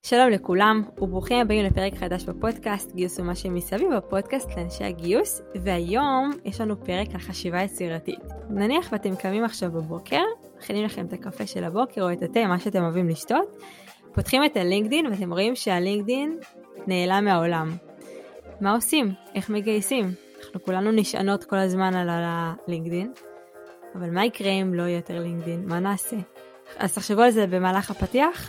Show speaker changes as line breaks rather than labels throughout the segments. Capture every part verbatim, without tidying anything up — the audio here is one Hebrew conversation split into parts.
שלום לכולם, וברוכים הבאים לפרק חדש בפודקאסט גיוס ומה שמסביב, בפודקאסט לאנשי הגיוס, והיום יש לנו פרק על חשיבה יצירתית. נניח ואתם קמים עכשיו בבוקר, מכינים לכם את הקפה של הבוקר או את התה, מה שאתם אוהבים לשתות, פותחים את הלינקדין ואתם רואים שהלינקדין נעלם מהעולם. מה עושים? איך מגייסים? אנחנו כולנו נשענות כל הזמן על הלינקדין, אבל מה יקרה אם לא יהיה יותר לינקדין? מה נעשה? אז תחשבו על זה במהלך הפתיח.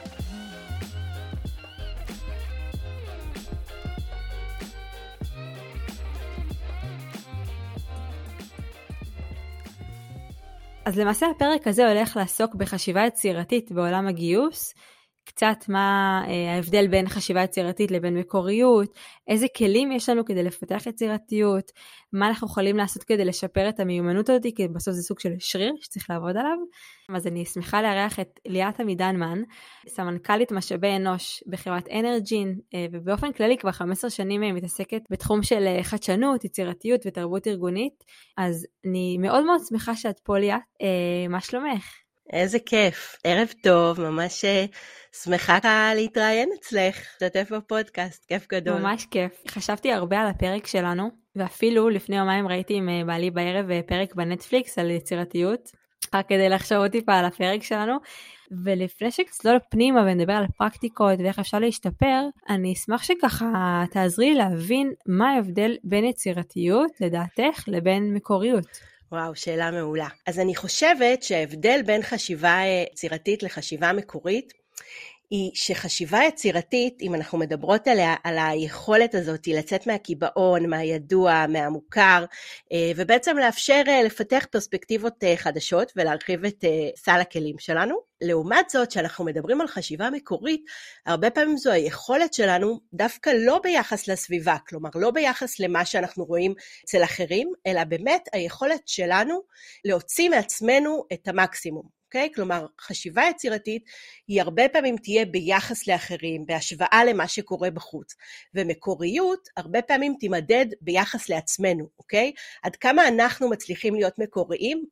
אז למעשה הפרק הזה הולך לעסוק בחשיבה יצירתית בעולם הגיוס, קצת מה אה, ההבדל בין חשיבה יצירתית לבין מקוריות, איזה כלים יש לנו כדי לפתח יצירתיות, מה אנחנו יכולים לעשות כדי לשפר את המיומנות הזאת, כי בסוף זה סוג של שריר שצריך לעבוד עליו. אז אני שמחה לארח את ליאת עמידן-מן, סמנכ"לית משאבי אנוש בחברת אנרג'ין, אה, ובאופן כללי כבר חמש עשרה שנים היא מתעסקת בתחום של חדשנות, יצירתיות ותרבות ארגונית. אז אני מאוד מאוד שמחה שאת פה ליאת, אה, מה שלומך?
איזה כיף, ערב טוב, ממש שמחה להתראיין אצלך, שתתף בפודקאסט, כיף גדול.
ממש כיף. חשבתי הרבה על הפרק שלנו, ואפילו לפני יומיים ראיתי עם בעלי בערב פרק בנטפליקס על יצירתיות, רק כדי לחשוב עוד טיפה על הפרק שלנו, ולפני שכסלול פנימה ונדבר על פרקטיקות ואיך אפשר להשתפר, אני אשמח שככה תעזרי להבין מה ההבדל בין יצירתיות לדעתך לבין מקוריות.
וואו, שאלה מעולה. אז אני חושבת שההבדל בין חשיבה יצירתית לחשיבה מקורית, היא שחשיבה יצירתית, אם אנחנו מדברות עליה, על היכולת הזאת לצאת מהקיבעון, מהידוע, מהמוכר, ובעצם לאפשר לפתח פרספקטיבות חדשות ולהרחיב את סל הכלים שלנו. לעומת זאת, שאנחנו מדברים על חשיבה מקורית, הרבה פעמים זו היכולת שלנו דווקא לא ביחס לסביבה, כלומר לא ביחס למה שאנחנו רואים אצל אחרים, אלא באמת היכולת שלנו להוציא מעצמנו את המקסימום. Okay? כלומר, חשיבה יצירתית היא הרבה פעמים תהיה ביחס לאחרים, בהשוואה למה שקורה בחוץ, ומקוריות הרבה פעמים תימדד ביחס לעצמנו, אוקיי? Okay? עד כמה אנחנו מצליחים להיות מקוריים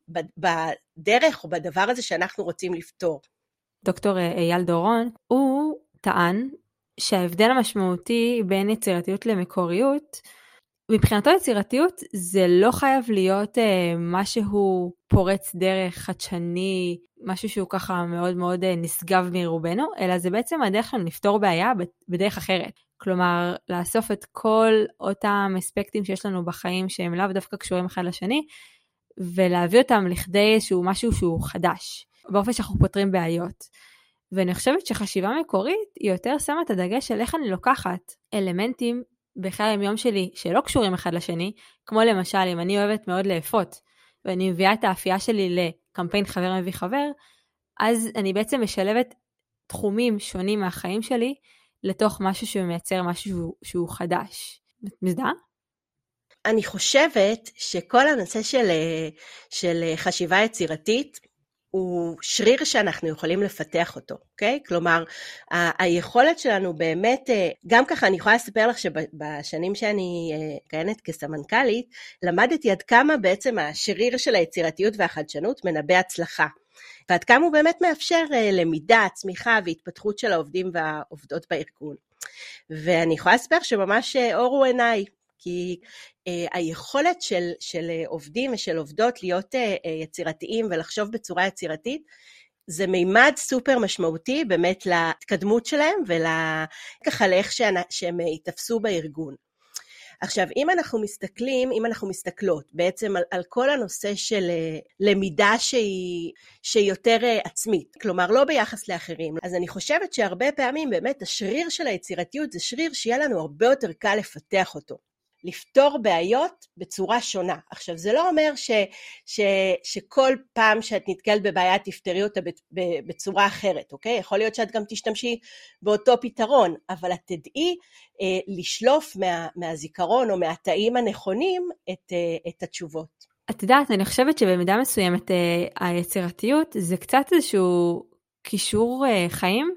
בדרך או בדבר הזה שאנחנו רוצים לפתור.
דוקטור אייל דורון, הוא טען שההבדל המשמעותי בין יצירתיות למקוריות, מבחינתו יצירתיות זה לא חייב להיות אה, משהו פורץ דרך, חדשני, משהו שהוא ככה מאוד מאוד אה, נשגב מרובנו, אלא זה בעצם הדרך שלנו לפתור בעיה בדרך אחרת. כלומר, לאסוף את כל אותם אספקטים שיש לנו בחיים שהם לאו דווקא קשורים אחד לשני, ולהביא אותם לכדי איזשהו משהו שהוא חדש, באופן שאנחנו פותרים בעיות. ואני חושבת שחשיבה מקורית היא יותר שמה את הדגש על איך אני לוקחת אלמנטים בחיי היום שלי שלא קשורים אחד לשני, כמו למשל אם אני אוהבת מאוד לאפות, ואני מביאה את האפייה שלי לקמפיין חבר מביא חבר, אז אני בעצם משלבת תחומים שונים מהחיים שלי, לתוך משהו שמייצר משהו שהוא חדש. מזדהה?
אני חושבת שכל הנושא של, של חשיבה יצירתית, הוא שריר שאנחנו יכולים לפתח אותו, אוקיי? כלומר, ה- היכולת שלנו באמת, גם ככה אני יכולה לספר לך שבשנים שאני כהנת כסמנכ"לית, למדתי עד כמה בעצם השריר של היצירתיות והחדשנות מנבא הצלחה, ועד כמה הוא באמת מאפשר למידה, צמיחה והתפתחות של העובדים והעובדות בארגון. ואני יכולה לספר שממש אורו עיניי, כי uh, היכולת של, של עובדים ושל עובדות להיות uh, יצירתיים ולחשוב בצורה יצירתית, זה מימד סופר משמעותי באמת להתקדמות שלהם ולככה לאיך שהם יתפסו בארגון. עכשיו, אם אנחנו מסתכלים, אם אנחנו מסתכלות בעצם על, על כל הנושא של uh, למידה שהיא, שהיא יותר uh, עצמית, כלומר לא ביחס לאחרים, אז אני חושבת שהרבה פעמים באמת השריר של היצירתיות זה שריר שיהיה לנו הרבה יותר קל לפתח אותו. לפתור בעיות בצורה שונה. עכשיו, זה לא אומר ש, ש, שכל פעם שאת נתקלת בבעיה תפתרי אותה בצורה אחרת, אוקיי? יכול להיות שאת גם תשתמשי באותו פתרון, אבל את תדעי אה, לשלוף מה, מהזיכרון או מהתאים הנכונים את, אה, את התשובות.
את יודעת, אני חושבת שבמידה מסוימת אה, היצירתיות זה קצת איזשהו קישור אה, חיים,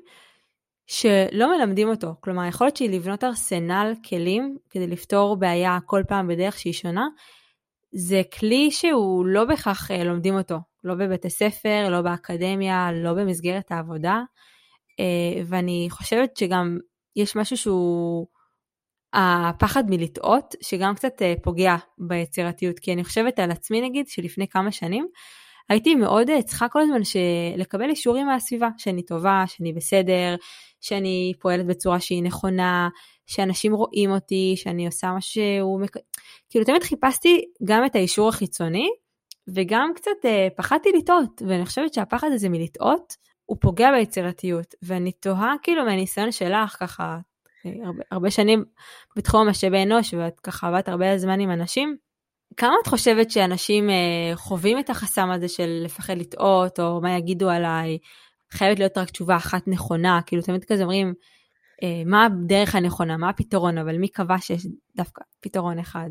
שלא מלמדים אותו, כלומר יכול להיות שהיא לבנות ארסנל כלים כדי לפתור בעיה כל פעם בדרך שהיא שונה, זה כלי שהוא לא בכך לומדים אותו, לא בבית הספר, לא באקדמיה, לא במסגרת העבודה, ואני חושבת שגם יש משהו שהוא הפחד מלטעות, שגם קצת פוגע ביצירתיות, כי אני חושבת על עצמי נגיד, שלפני כמה שנים, הייתי מאוד צריכה כל הזמן לקבל אישורים מהסביבה, שאני טובה, שאני בסדר, שאני פועלת בצורה שהיא נכונה, שאנשים רואים אותי, שאני עושה משהו, כאילו תמיד חיפשתי גם את האישור החיצוני, וגם קצת פחדתי לטעות, ואני חושבת שהפחד הזה מלטעות, הוא פוגע ביצירתיות, ואני תוהה כאילו מהניסיון שלך ככה, הרבה, הרבה שנים בתחום המשאבי אנוש, ואת ככה עבדת הרבה זמן עם אנשים, כמה את חושבת שאנשים אה, חווים את החסם הזה של לפחד לטעות, או מה יגידו עליי, חייבת להיות רק תשובה אחת נכונה, כאילו תמיד כזה אומרים, אה, מה הדרך הנכונה, מה הפתרון, אבל מי קבע שיש דווקא פתרון אחד?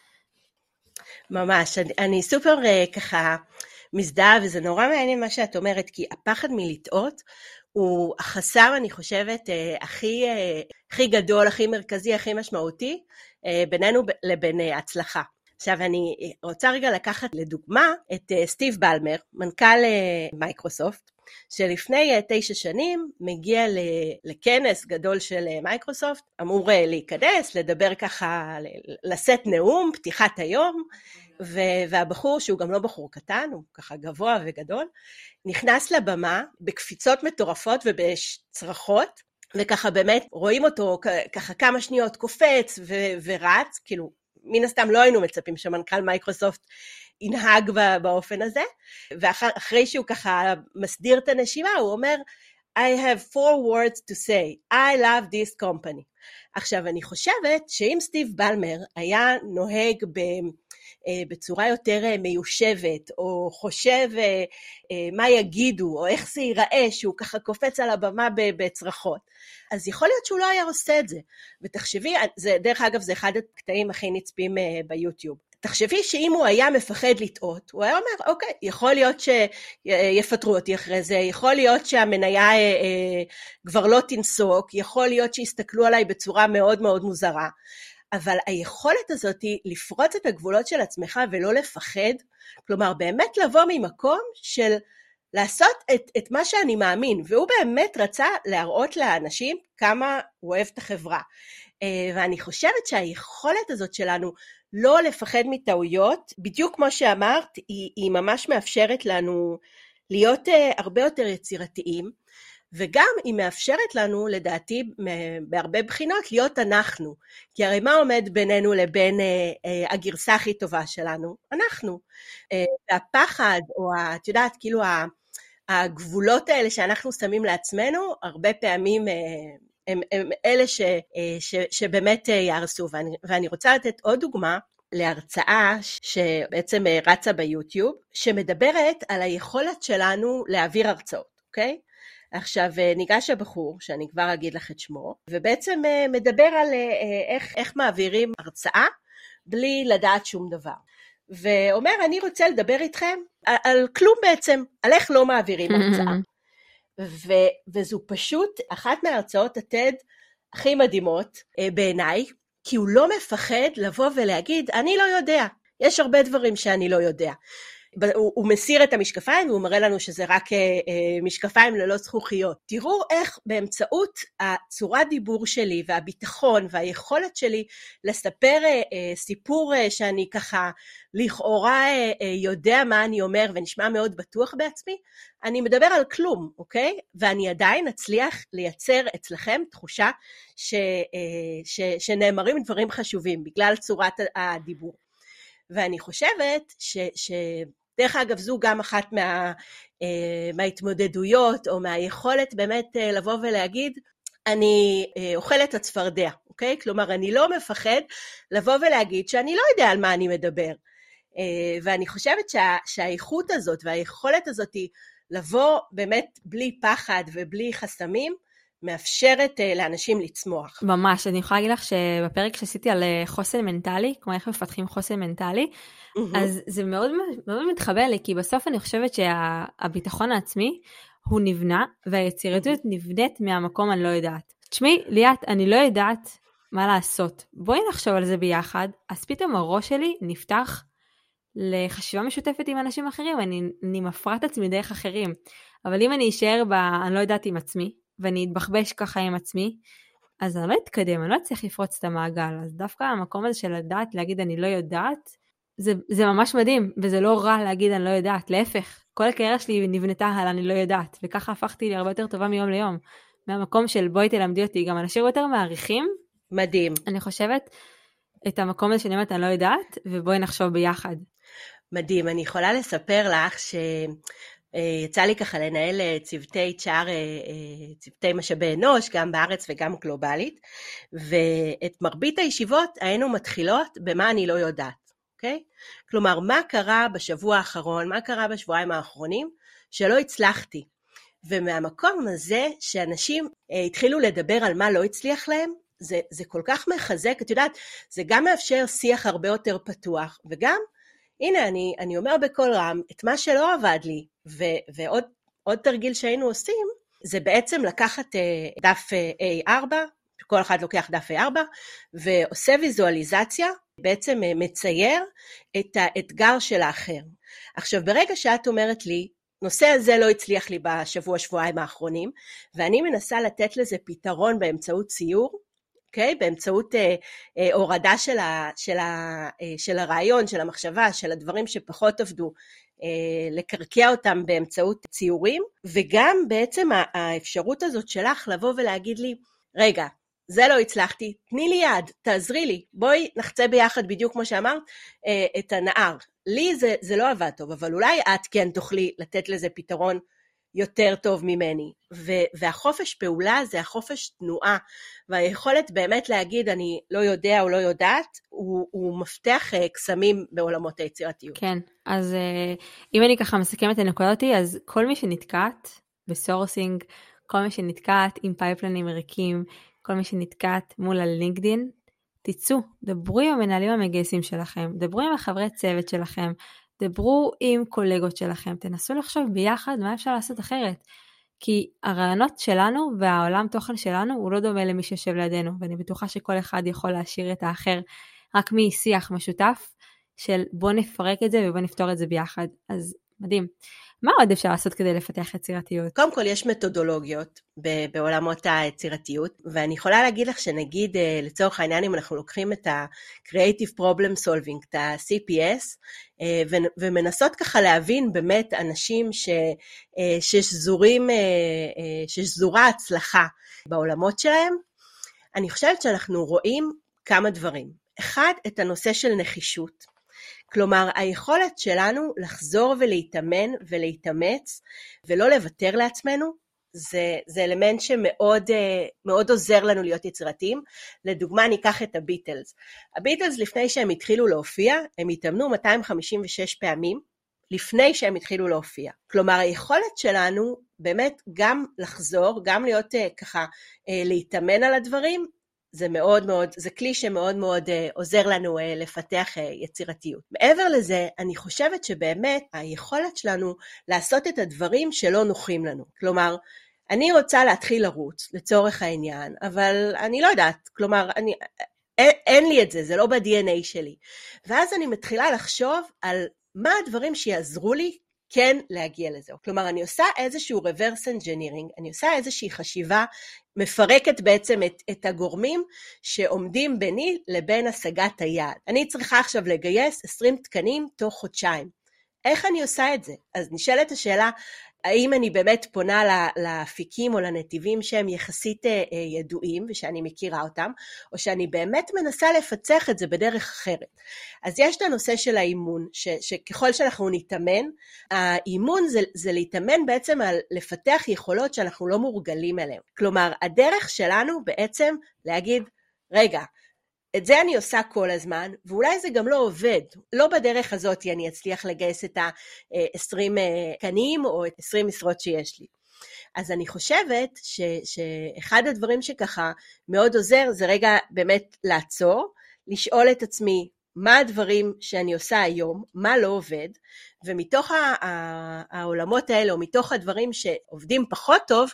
ממש, אני, אני סופר אה, ככה מזדהה, וזה נורא מעניין מה שאת אומרת, כי הפחד מלטעות, הוא החסם, אני חושבת, אה, הכי, אה, הכי גדול, הכי מרכזי, הכי משמעותי, אה, בינינו לבין אה, הצלחה. עכשיו אני רוצה רגע לקחת לדוגמה את סטיב בלמר, מנכ"ל מייקרוסופט, שלפני תשע שנים מגיע לכנס גדול של מייקרוסופט, אמור להיכנס, לדבר ככה, לשאת נאום, פתיחת היום, והבחור שהוא גם לא בחור קטן, הוא ככה גבוה וגדול, נכנס לבמה בקפיצות מטורפות ובצרחות, וככה באמת רואים אותו ככה כמה שניות קופץ ו- ורץ, כאילו, מן הסתם לא היינו מצפים שמנכ"ל מייקרוסופט ינהג באופן הזה, ואחרי שהוא ככה מסדיר את הנשימה, הוא אומר, I have four words to say, I love this company. עכשיו, אני חושבת שאם סטיב בלמר היה נוהג בצורה יותר מיושבת, או חושב מה יגידו, או איך זה ייראה, שהוא ככה קופץ על הבמה בצרחות, אז יכול להיות שהוא לא היה עושה את זה. ותחשבי, זה, דרך אגב, זה אחד הקטעים הכי נצפים ביוטיוב. תחשבי שאם הוא היה מפחד לטעות, הוא היה אומר, אוקיי, יכול להיות שיפטרו אותי אחרי זה, יכול להיות שהמניה אה, אה, כבר לא תנסוק, יכול להיות שיסתכלו עליי בצורה מאוד מאוד מוזרה, אבל היכולת הזאת היא לפרוץ את הגבולות של עצמך ולא לפחד, כלומר באמת לבוא ממקום של לעשות את, את מה שאני מאמין, והוא באמת רצה להראות לאנשים כמה הוא אוהב את החברה, אה, ואני חושבת שהיכולת הזאת שלנו, לא לפחד מטעויות, בדיוק כמו שאמרת, היא, היא ממש מאפשרת לנו להיות uh, הרבה יותר יצירתיים, וגם היא מאפשרת לנו, לדעתי, בהרבה בחינות, להיות אנחנו. כי הרי מה עומד בינינו לבין uh, uh, הגרסה הכי טובה שלנו? אנחנו. Uh, והפחד, או את יודעת, כאילו הגבולות האלה שאנחנו שמים לעצמנו, הרבה פעמים uh, הם, הם אלה ש, ש, שבאמת יערסו, ואני, ואני רוצה לתת עוד דוגמה להרצאה שבעצם רצה ביוטיוב, שמדברת על היכולת שלנו להעביר הרצאות, אוקיי? עכשיו ניגש הבחור, שאני כבר אגיד לך את שמו, ובעצם מדבר על איך, איך מעבירים הרצאה, בלי לדעת שום דבר. ואומר, אני רוצה לדבר איתכם על, על כלום בעצם, על איך לא מעבירים הרצאה. ו- וזו פשוט אחת מההרצאות הטד הכי מדהימות בעיניי, כי הוא לא מפחד לבוא ולהגיד, אני לא יודע, יש הרבה דברים שאני לא יודע. הוא, הוא מסיר את המשקפיים, והוא מראה לנו שזה רק אה, משקפיים ללא זכוכיות. תראו איך באמצעות הצורת דיבור שלי, והביטחון, והיכולת שלי לספר אה, אה, סיפור אה, שאני ככה לכאורה אה, אה, יודע מה אני אומר, ונשמע מאוד בטוח בעצמי, אני מדבר על כלום, אוקיי? ואני עדיין אצליח לייצר אצלכם תחושה ש, אה, ש, שנאמרים דברים חשובים, בגלל צורת הדיבור. ואני חושבת ש... ש דרך אגב, זו גם אחת מה, מההתמודדויות, או מהיכולת באמת לבוא ולהגיד, אני אוכלת הצפרדע, אוקיי? כלומר, אני לא מפחד לבוא ולהגיד שאני לא יודע על מה אני מדבר. ואני חושבת שה, שהאיכות הזאת, והיכולת הזאת היא לבוא באמת בלי פחד ובלי חסמים, מאפשרת לאנשים לצמוח.
ממש, אני יכולה להגיד לך שבפרק שעשיתי על חוסן מנטלי, כמו איך מפתחים חוסן מנטלי, mm-hmm. אז זה מאוד, מאוד מתחבר לי, כי בסוף אני חושבת שהביטחון העצמי הוא נבנה, והיצירתיות נבנית מהמקום אני לא יודעת. תשמעי, ליאת, אני לא יודעת מה לעשות. בואי נחשוב על זה ביחד, אז פתאום הראש שלי נפתח לחשיבה משותפת עם אנשים אחרים, אני, אני מפרט עצמי דרך אחרים, אבל אם אני אשאר ב... אני לא יודעת עם עצמי, ואני אתבחבש ככה עם עצמי, אז אני לא אתקדם, אני לא אצליח לפרוץ את המעגל. אז דווקא המקום הזה של לדעת, להגיד אני לא יודעת, זה, זה ממש מדהים, וזה לא רע להגיד אני לא יודעת, להפך, כל הקריירה שלי נבנתה על אני לא יודעת, וככה הפכתי לי הרבה יותר טובה מיום ליום, מהמקום של בואי תלמדי אותי, גם אנשים יותר מעריכים.
מדהים.
אני חושבת את המקום הזה שאני אומרת אני לא יודעת, ובואי נחשוב ביחד.
מדהים, אני יכולה לספר לך ש... יצא לי ככה לנהל צוותי אייץ' אר, צוותי משאבי אנוש, גם בארץ וגם גלובלית, ואת מרבית הישיבות היינו מתחילות במה אני לא יודעת, אוקיי? כלומר, מה קרה בשבוע האחרון, מה קרה בשבועיים האחרונים, שלא הצלחתי. ומהמקום הזה שאנשים התחילו לדבר על מה לא הצליח להם, זה, זה כל כך מחזק, את יודעת, זה גם מאפשר שיח הרבה יותר פתוח, וגם, הנה, אני, אני אומר בכל רם, את מה שלא עבד לי, ו, ועוד עוד תרגיל שהיינו עושים, זה בעצם לקחת uh, דף איי ארבע, כל אחד לוקח דף איי ארבע, ועושה ויזואליזציה, בעצם uh, מצייר את האתגר של האחר. עכשיו, ברגע שאת אומרת לי, נושא הזה לא הצליח לי בשבוע, שבועיים האחרונים, ואני מנסה לתת לזה פתרון באמצעות ציור, אוקיי? באמצעות אה, אה, הורדה של, ה, של, ה, אה, של הרעיון, של המחשבה, של הדברים שפחות עבדו, אה, לקרקע אותם באמצעות ציורים, וגם בעצם האפשרות הזאת שלך לבוא ולהגיד לי, רגע, זה לא הצלחתי, תני לי יד, תעזרי לי, בואי נחצה ביחד בדיוק כמו שאמרת, אה, את הנער. לי זה, זה לא עבד טוב, אבל אולי את כן תוכלי לתת לזה פתרון יותר טוב ממני, ו- והחופש פעולה זה החופש תנועה, והיכולת באמת להגיד אני לא יודע או לא יודעת, הוא, הוא מפתח קסמים בעולמות היצירתיות.
כן, אז אם אני ככה מסכמת את הנקודות, אז כל מי שנתקעת בסורסינג, כל מי שנתקעת עם פייפלנים ריקים, כל מי שנתקעת מול הלינקדין, תצאו, דברו עם המנהלים המגייסים שלכם, דברו עם החברי צוות שלכם, דברו עם קולגות שלכם, תנסו לחשוב ביחד מה אפשר לעשות אחרת, כי הרעיונות שלנו והעולם תוכן שלנו הוא לא דומה למי שיושב לידינו, ואני בטוחה שכל אחד יכול להשאיר את האחר רק משיח משותף, של בוא נפרק את זה ובוא נפתור את זה ביחד, אז מדהים. מה עוד אפשר לעשות כדי לפתח יצירתיות?
קודם כל יש מתודולוגיות בעולמות היצירתיות, ואני יכולה להגיד לך שנגיד לצורך העניין אם אנחנו לוקחים את ה-Creative Problem Solving, את ה-סי פי אס, ומנסות ככה להבין באמת אנשים ש, ששזורים, ששזורה הצלחה בעולמות שלהם, אני חושבת שאנחנו רואים כמה דברים. אחד, את הנושא של נחישות. כלומר, היכולת שלנו לחזור ולהתאמן ולהתאמץ ולא לוותר לעצמנו, זה, זה אלמנט שמאוד מאוד עוזר לנו להיות יצירתיים. לדוגמה, ניקח את הביטלס. הביטלס לפני שהם התחילו להופיע, הם התאמנו מאתיים חמישים ושש פעמים לפני שהם התחילו להופיע. כלומר, היכולת שלנו באמת גם לחזור, גם להיות ככה, להתאמן על הדברים, זה מאוד מאוד, זה כלי שמאוד מאוד uh, עוזר לנו uh, לפתח uh, יצירתיות. מעבר לזה, אני חושבת שבאמת היכולת שלנו לעשות את הדברים שלא נוחים לנו. כלומר, אני רוצה להתחיל לרוץ לצורך העניין, אבל אני לא יודעת, כלומר, אני, אין, אין לי את זה, זה לא ב-די אן איי שלי. ואז אני מתחילה לחשוב על מה הדברים שיעזרו לי כן להגיע לזה. כלומר, אני עושה איזשהו reverse engineering, אני עושה איזושהי חשיבה, מפרקת בעצם את, את הגורמים שעומדים ביני לבין השגת היעד. אני צריכה עכשיו לגייס עשרים תקנים תוך חודשיים. איך אני עושה את זה? אז נשאלת השאלה, האם אני באמת פונה לאפיקים או לנתיבים שהם יחסית ידועים ושאני מכירה אותם, או שאני באמת מנסה לפצח את זה בדרך אחרת. אז יש את הנושא של האימון, ש, שככל שאנחנו נתאמן, האימון זה, זה להתאמן בעצם על לפתח יכולות שאנחנו לא מורגלים אליהן. כלומר, הדרך שלנו בעצם להגיד, רגע, את זה אני עושה כל הזמן, ואולי זה גם לא עובד. לא בדרך הזאת אני אצליח לגייס את ה-עשרים תקנים או את עשרים משרות שיש לי. אז אני חושבת ש, שאחד הדברים שככה מאוד עוזר, זה רגע באמת לעצור, לשאול את עצמי מה הדברים שאני עושה היום, מה לא עובד, ומתוך העולמות האלה, או מתוך הדברים שעובדים פחות טוב,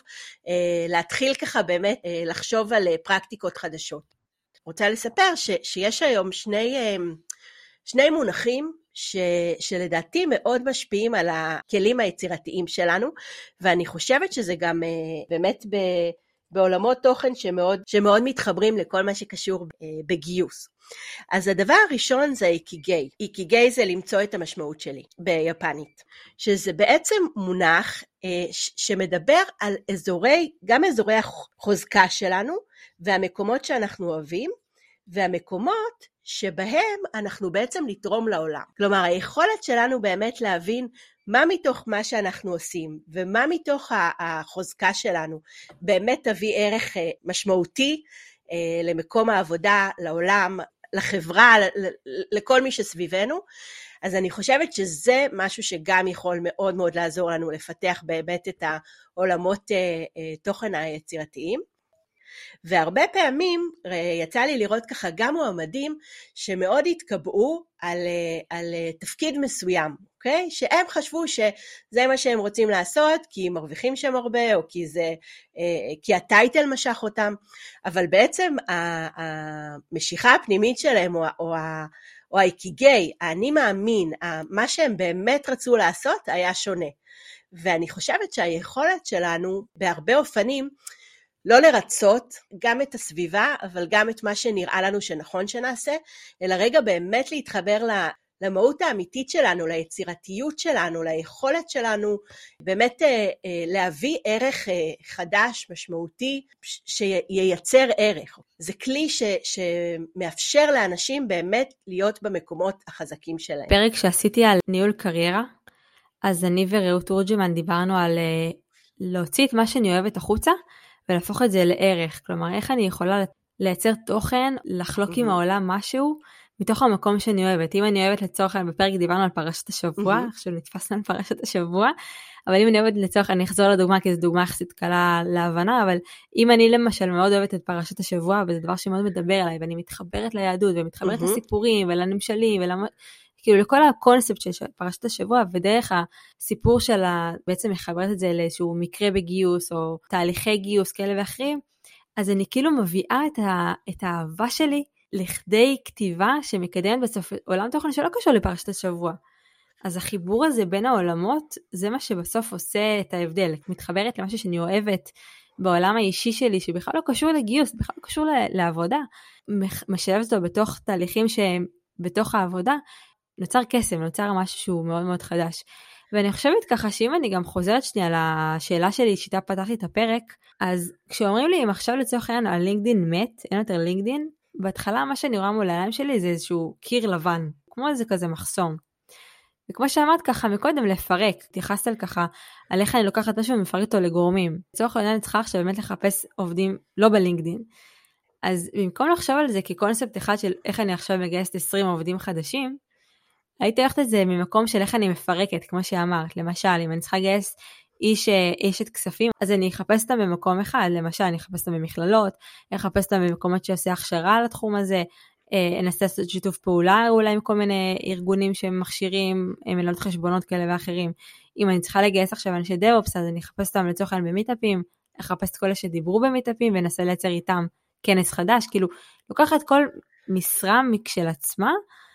להתחיל ככה באמת לחשוב על פרקטיקות חדשות. רוצה לספר ש, שיש היום שני, שני מונחים ש, שלדעתי מאוד משפיעים על הכלים היצירתיים שלנו, ואני חושבת שזה גם באמת ב, בעולמות תוכן שמאוד, שמאוד מתחברים לכל מה שקשור בגיוס. אז הדבר הראשון זה איקיגי. איקיגי זה למצוא את המשמעות שלי ביפנית, שזה בעצם מונח שמדבר על אזורי, גם אזורי החוזקה שלנו, והמקומות שאנחנו אוהבים, והמקומות שבהם אנחנו בעצם לתרום לעולם. כלומר, היכולת שלנו באמת להבין מה מתוך מה שאנחנו עושים, ומה מתוך החוזקה שלנו, באמת תביא ערך משמעותי למקום העבודה, לעולם, לחברה, לכל מי שסביבנו. אז אני חושבת שזה משהו שגם יכול מאוד מאוד לעזור לנו לפתח באמת את העולמות תוכן היצירתיים. והרבה פעמים יצא לי לראות ככה גם מועמדים שמאוד התקבעו על, על תפקיד מסוים, אוקיי? שהם חשבו שזה מה שהם רוצים לעשות, כי הם מרוויחים שם הרבה, או כי, זה, כי הטייטל משך אותם, אבל בעצם המשיכה הפנימית שלהם, או, או, או האיקיגי, האני מאמין, מה שהם באמת רצו לעשות, היה שונה. ואני חושבת שהיכולת שלנו, בהרבה אופנים, לא לרצות גם את הסביבה, אבל גם את מה שנראה לנו שנכון שנעשה, אלא רגע באמת להתחבר למהות האמיתית שלנו, ליצירתיות שלנו, ליכולת שלנו, באמת להביא ערך חדש, משמעותי, שייצר ערך. זה כלי ש, שמאפשר לאנשים באמת להיות במקומות החזקים שלהם.
פרק שעשיתי על ניהול קריירה, אז אני ורעות תורג'מן דיברנו על להוציא את מה שאני אוהבת החוצה, ולהפוך את זה לערך, כלומר, איך אני יכולה לייצר תוכן, לחלוק עם העולם משהו, מתוך המקום שאני אוהבת. אם אני אוהבת לצורך, בפרק דיברנו על פרשת השבוע, עכשיו נתפסנו על פרשת השבוע, אבל אם אני אוהבת לצורך, אני אחזור לדוגמה, כי זו דוגמה יחסית קלה להבנה, אבל אם אני למשל מאוד אוהבת את פרשת השבוע, וזה דבר שמאוד מדבר עליי, ואני מתחברת ליהדות, ומתחברת לסיפורים, ולנמשלים, ולמ... כאילו לכל הקונספט של פרשת השבוע, ודרך הסיפור שלה בעצם מחברת את זה לאיזשהו מקרה בגיוס, או תהליכי גיוס כאלה ואחרים, אז אני כאילו מביאה את, ה, את האהבה שלי לכדי כתיבה שמקדמת בסוף עולם תוכן שלא קשור לפרשת השבוע. אז החיבור הזה בין העולמות, זה מה שבסוף עושה את ההבדל, מתחברת למשהו שאני אוהבת בעולם האישי שלי, שבכלל לא קשור לגיוס, בכלל לא קשור לעבודה, משלבת אותו בתוך תהליכים שהם בתוך העבודה, נוצר קסם, נוצר משהו שהוא מאוד מאוד חדש. ואני חושבת ככה שאם אני גם חוזרת שנייה לשאלה שלי, שיטה פתחתי את הפרק, אז כשאומרים לי אם עכשיו לצורך העניין על לינקדין מת, אין יותר לינקדין, בהתחלה מה שאני רואה מול העיניים שלי זה איזשהו קיר לבן, כמו איזה כזה מחסום. וכמו שאמרת ככה מקודם לפרק, תייחסת על ככה, על איך אני לוקחת משהו ומפרק אותו לגורמים. לצורך העניין אני צריכה עכשיו באמת לחפש עובדים לא בלינקדין. אז במקום לחשוב על זה כקונספט אחד של איך אני עכשיו מגייסת עשרים עובדים חדשים, הייתי הולכת את זה ממקום של איך אני מפרקת, כמו שאמרת, למשל, אם אני צריכה לגייס איש, אישת כספים, אז אני אחפש אותם במקום אחד, למשל, אני אחפש אותם במכללות, אני אחפש אותם במקומות שעושה הכשרה לתחום הזה, אנסה לעשות שיתוף פעולה, אולי עם כל מיני ארגונים שהם מכשירים, מנהלות חשבונות כאלה ואחרים. אם אני צריכה לגייס עכשיו אנשי דאב-אופס, אז אני אחפש אותם לצורך העניין במיטאפים, אחפש את כל אלה שדיברו במיטאפים, ואנסה לייצר איתם כנס חדש, כאילו, לוקחת כל משרה מכשל עצמה,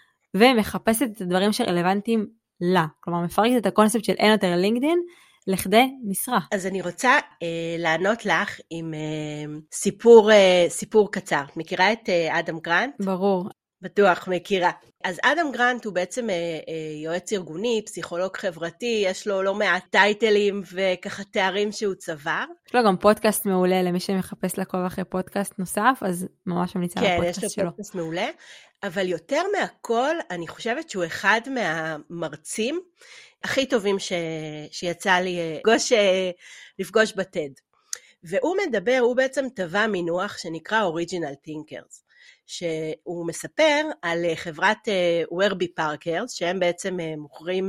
ומחפשת את הדברים שרלוונטיים לה. כלומר, מפרקת את הקונספט של אין יותר לינקדין, לכדי משרה.
אז אני רוצה אה, לענות לך עם אה, סיפור, אה, סיפור קצר. מכירה את אה, אדם גרנט?
ברור.
בטוח, מכירה. אז אדם גרנט הוא בעצם אה, אה, יועץ ארגוני, פסיכולוג חברתי, יש לו לא מעט טייטלים וככה תארים שהוא צבר.
יש לו גם פודקאסט מעולה, למי שמחפש לעקוב אחרי פודקאסט נוסף, אז ממש ממליצה על הפודקאסט שלו. כן, יש לו פודקאסט
מעולה. אבל יותר מהכל, אני חושבת שהוא אחד מהמרצים הכי טובים ש... שיצא לי לפגוש, לפגוש בטד. והוא מדבר, הוא בעצם טבע מינוח שנקרא Original Thinkers, שהוא מספר על חברת ורבי פארקרס, שהם בעצם מוכרים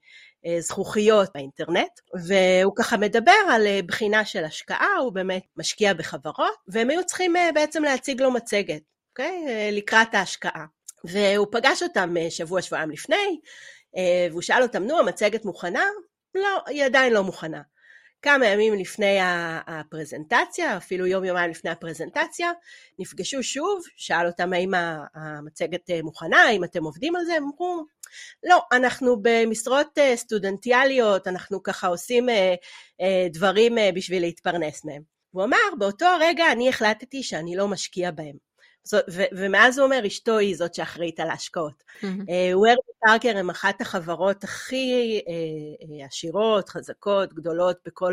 זכוכיות באינטרנט, והוא ככה מדבר על בחינה של השקעה, הוא באמת משקיע בחברות, והם היו צריכים בעצם להציג לו מצגת. Okay, לקראת ההשקעה. והוא פגש אותם שבוע שבועיים לפני, והוא שאל אותם, נו, המצגת מוכנה? לא, היא עדיין לא מוכנה. כמה ימים לפני הפרזנטציה, אפילו יום יומיים לפני הפרזנטציה, נפגשו שוב, שאל אותם האם המצגת מוכנה, האם אתם עובדים על זה, הם אמרו, לא, אנחנו במשרות סטודנטיאליות, אנחנו ככה עושים דברים בשביל להתפרנס מהם. הוא אמר, באותו הרגע אני החלטתי שאני לא משקיע בהם. ומאז הוא אומר, אשתו היא זאת שאחראית על ההשקעות. וורד פארקר הם אחת החברות הכי עשירות, חזקות, גדולות, בכל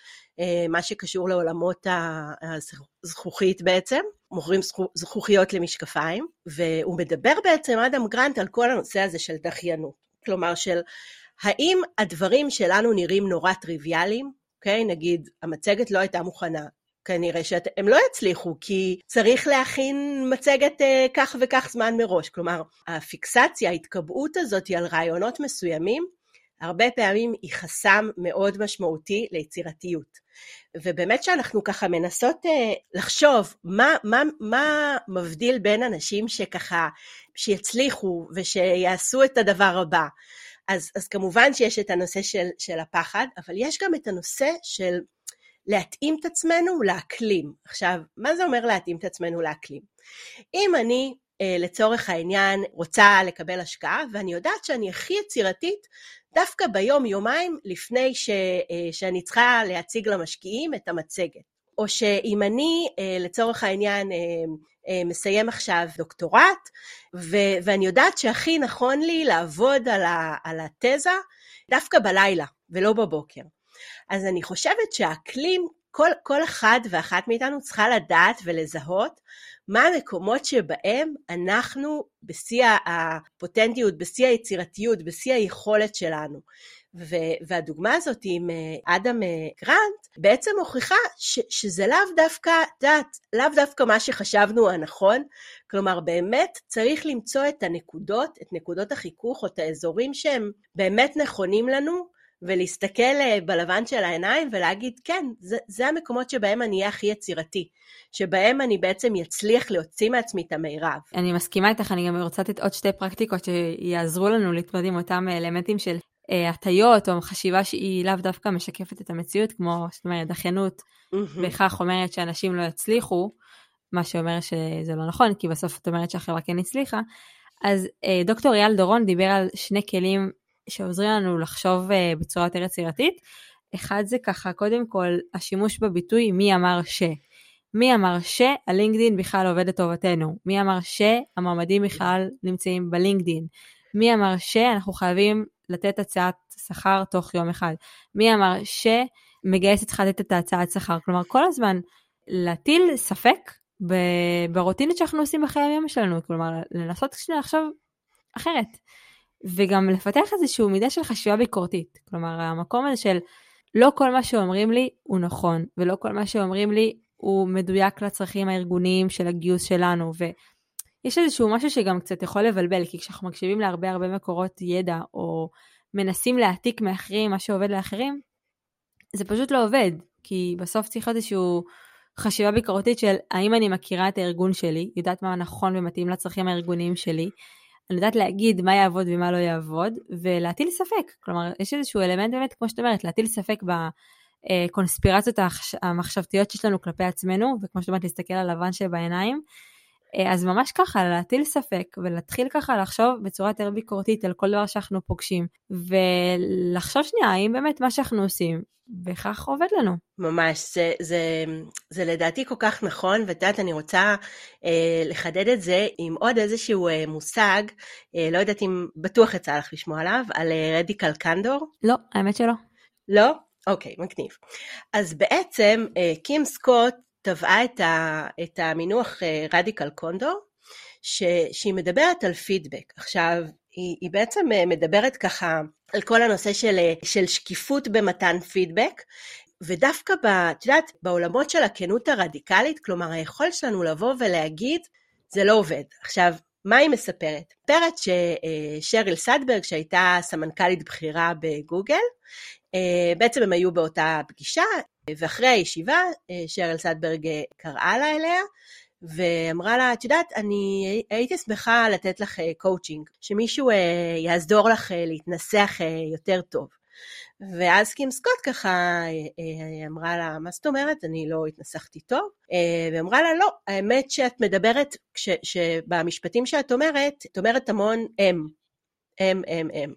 מה שקשור לעולמות הזכוכית בעצם, מוכרים זכוכיות למשקפיים, והוא מדבר בעצם, אדם גרנט, על כל הנושא הזה של דחיינות. כלומר, של האם הדברים שלנו נראים נורא טריוויאליים, אוקיי? נגיד, המצגת לא הייתה מוכנה, כנראה שהם לא יצליחו, כי צריך להכין מצגת אה, כך וכך זמן מראש. כלומר, הפיקסציה, ההתקבעות הזאת על רעיונות מסוימים, הרבה פעמים היא חסם מאוד משמעותי ליצירתיות. ובאמת שאנחנו ככה מנסות אה, לחשוב מה, מה, מה מבדיל בין אנשים שככה, שיצליחו ושיעשו את הדבר הבא. אז, אז כמובן שיש את הנושא של, של הפחד, אבל יש גם את הנושא של להתאים את עצמנו לאקלים. עכשיו, מה זה אומר להתאים את עצמנו לאקלים? אם אני, לצורך העניין, רוצה לקבל השקעה, ואני יודעת שאני הכי יצירתית, דווקא ביום יומיים לפני ש, שאני צריכה להציג למשקיעים את המצגת. או שאם אני, לצורך העניין, מסיים עכשיו דוקטורט, ו- ואני יודעת שהכי נכון לי לעבוד על, ה- על התזה, דווקא בלילה ולא בבוקר. אז אני חושבת שהאקלים, כל, כל אחד ואחת מאיתנו צריכה לדעת ולזהות מה המקומות שבהם אנחנו בשיא הפוטנטיות, בשיא היצירתיות, בשיא היכולת שלנו. והדוגמה הזאת עם אדם גרנט בעצם מוכיחה ש, שזה לאו דווקא, דעת, לאו דווקא מה שחשבנו הנכון, כלומר באמת צריך למצוא את הנקודות, את נקודות החיכוך או את האזורים שהם באמת נכונים לנו, ולהסתכל בלבן של העיניים ולהגיד, כן, זה, זה המקומות שבהם אני אהיה הכי יצירתי, שבהם אני בעצם יצליח להוציא מעצמי את המירב.
אני מסכימה איתך, אני גם רוצה לתת עוד שתי פרקטיקות שיעזרו לנו להתמודד עם אותם אלמנטים של אה, הטיות או חשיבה שהיא לאו דווקא משקפת את המציאות, כמו זאת אומרת, דחיינות, בכך אומרת שאנשים לא יצליחו, מה שאומר שזה לא נכון, כי בסוף את אומרת שהחברה כן הצליחה. אז אה, דוקטור אייל דורון דיבר על שני כלים שעוזרים לנו לחשוב uh, בצורה יותר יצירתית. אחד זה ככה, קודם כל, השימוש בביטוי מי אמר ש. מי אמר שהלינקדין בכלל עובד לטובתנו. מי אמר שהמועמדים בכלל נמצאים בלינקדין. מי אמר שאנחנו חייבים לתת הצעת שכר תוך יום אחד. מי אמר שמגייס צריכה לתת את ההצעת שכר. כלומר, כל הזמן להטיל ספק ברוטינות שאנחנו עושים בחיי היום שלנו. כלומר, לנסות שנייה לחשוב אחרת. וגם לפתח איזשהו מידה של חשיבה ביקורתית. כלומר, המקום הזה של לא כל מה שאומרים לי הוא נכון, ולא כל מה שאומרים לי הוא מדויק לצרכים הארגוניים של הגיוס שלנו, ויש איזשהו משהו שגם קצת יכול לבלבל, כי כשאנחנו מקשיבים להרבה הרבה מקורות ידע, או מנסים להעתיק מאחרים מה שעובד לאחרים, זה פשוט לא עובד, כי בסוף צריך להיות איזשהו חשיבה ביקורתית של האם אני מכירה את הארגון שלי, יודעת מה נכון ומתאים לצרכים הארגוניים שלי, אני יודעת להגיד מה יעבוד ומה לא יעבוד, ולהטיל ספק. כלומר, יש איזשהו אלמנט באמת, כמו שאת אומרת, להטיל ספק בקונספירציות המחשבתיות שיש לנו כלפי עצמנו, וכמו שאת אומרת, להסתכל על לבן שבעיניים. אז ממש ככה, להטיל ספק, ולהתחיל ככה לחשוב בצורה יותר ביקורתית על כל דבר שאנחנו פוגשים, ולחשוב שנייה, האם באמת מה שאנחנו עושים, וכך עובד לנו.
ממש, זה, זה, זה לדעתי כל כך נכון, ודעת אני רוצה אה, לחדד את זה עם עוד איזשהו אה, מושג, אה, לא יודעת אם בטוח יצא לך לשמוע עליו, על אה, רדיקל קנדור.
לא, האמת שלא.
לא? אוקיי, מגניב. אז בעצם אה, קים סקוט טבעה את, ה, את המינוח אה, רדיקל קונדור, ש, שהיא מדברת על פידבק. עכשיו, היא, היא בעצם אה, מדברת ככה, על כל הנושא של, של שקיפות במתן פידבק, ודווקא ב, את יודעת, בעולמות של הכנות הרדיקלית, כלומר היכול שלנו לבוא ולהגיד, זה לא עובד. עכשיו, מה היא מספרת? מספרת ששריל סדברג, שהייתה סמנכ"לית בכירה בגוגל, בעצם הם היו באותה פגישה, ואחרי הישיבה, שריל סדברג קראה לה אליה, ואמרה לה, את יודעת, אני הייתי שמחה לתת לך קואוצ'ינג, שמישהו יעזור לך להתנסח יותר טוב. ואז קים סקוט ככה אמרה לה, מה זאת אומרת? אני לא התנסחתי טוב. ואמרה לה, לא, האמת שאת מדברת, שבמשפטים שאת אומרת, את אומרת המון אם, אם, אם, אם.